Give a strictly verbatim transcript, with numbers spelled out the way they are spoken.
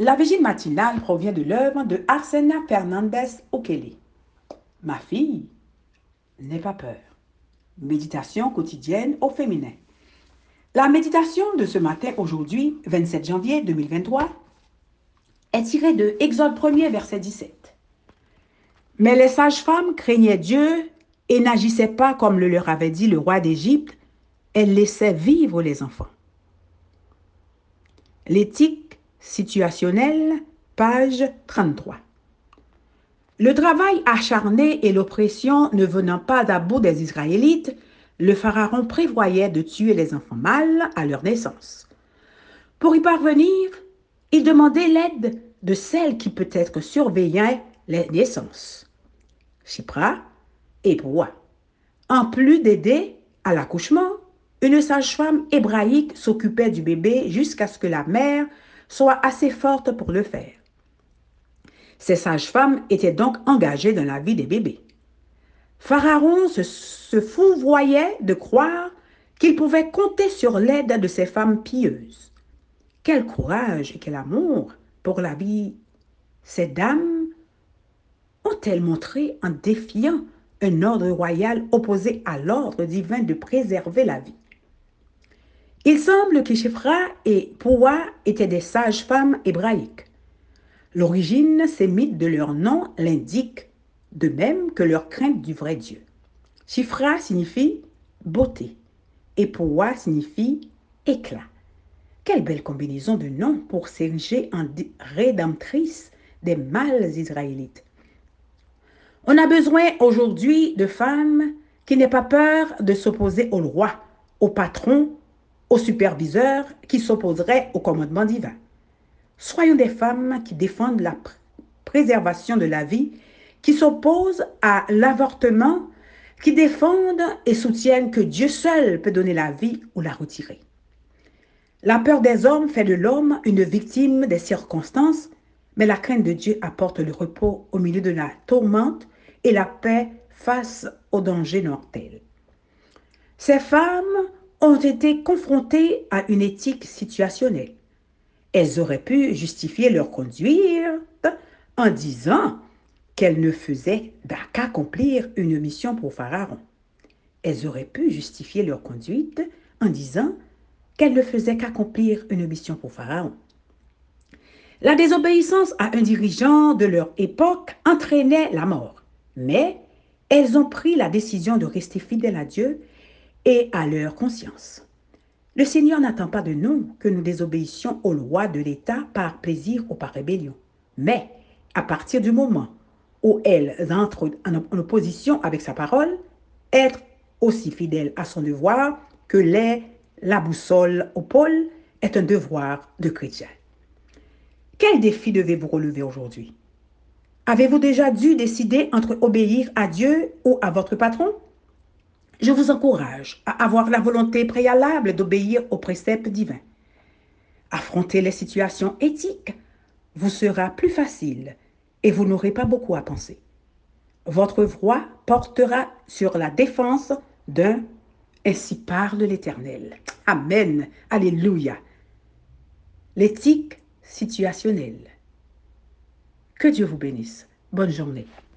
La vigile matinale provient de l'œuvre de Arsena Fernandez Okele. Ma fille, n'aie pas peur. Méditation quotidienne au féminin. La méditation de ce matin, aujourd'hui, vingt-sept janvier deux mille vingt-trois, est tirée de Exode premier, verset dix-sept. Mais les sages-femmes craignaient Dieu et n'agissaient pas comme le leur avait dit le roi d'Égypte. Elles laissaient vivre les enfants. L'éthique situationnelle, page trente-trois. Le travail acharné et l'oppression ne venant pas à bout des Israélites, le Pharaon prévoyait de tuer les enfants mâles à leur naissance. Pour y parvenir, il demandait l'aide de celle qui peut-être surveillait les naissances. Shipra et Poua. En plus d'aider à l'accouchement, une sage-femme hébraïque s'occupait du bébé jusqu'à ce que la mère soit assez forte pour le faire. Ces sages-femmes étaient donc engagées dans la vie des bébés. Pharaon se, se fourvoyait de croire qu'il pouvait compter sur l'aide de ces femmes pieuses. Quel courage et quel amour pour la vie ces dames ont-elles montré en défiant un ordre royal opposé à l'ordre divin de préserver la vie. Il semble que Shipra et Poua étaient des sages-femmes hébraïques. L'origine sémite de leur nom l'indique, de même que leur crainte du vrai Dieu. Shipra signifie beauté et Poua signifie éclat. Quelle belle combinaison de noms pour s'ériger en rédemptrice des mâles israélites. On a besoin aujourd'hui de femmes qui n'aient pas peur de s'opposer au roi, au patron, au superviseur qui s'opposerait au commandement divin. Soyons des femmes qui défendent la pr- préservation de la vie, qui s'opposent à l'avortement, qui défendent et soutiennent que Dieu seul peut donner la vie ou la retirer. La peur des hommes fait de l'homme une victime des circonstances, mais la crainte de Dieu apporte le repos au milieu de la tourmente et la paix face aux dangers mortels. Ces femmes ont été confrontées à une éthique situationnelle. Elles auraient pu justifier leur conduite en disant qu'elles ne faisaient qu'accomplir une mission pour Pharaon. Elles auraient pu justifier leur conduite en disant qu'elles ne faisaient qu'accomplir une mission pour Pharaon. La désobéissance à un dirigeant de leur époque entraînait la mort, mais elles ont pris la décision de rester fidèles à Dieu et à leur conscience. Le Seigneur n'attend pas de nous que nous désobéissions aux lois de l'État par plaisir ou par rébellion, mais à partir du moment où elles entrent en opposition avec sa parole, être aussi fidèle à son devoir que l'est la boussole au pôle est un devoir de chrétien. Quel défi devez-vous relever aujourd'hui? Avez-vous déjà dû décider entre obéir à Dieu ou à votre patron? Je vous encourage à avoir la volonté préalable d'obéir aux préceptes divins. Affronter les situations éthiques vous sera plus facile et vous n'aurez pas beaucoup à penser. Votre voix portera sur la défense d'un « Ainsi parle l'Éternel ». Amen. Alléluia. L'éthique situationnelle. Que Dieu vous bénisse. Bonne journée.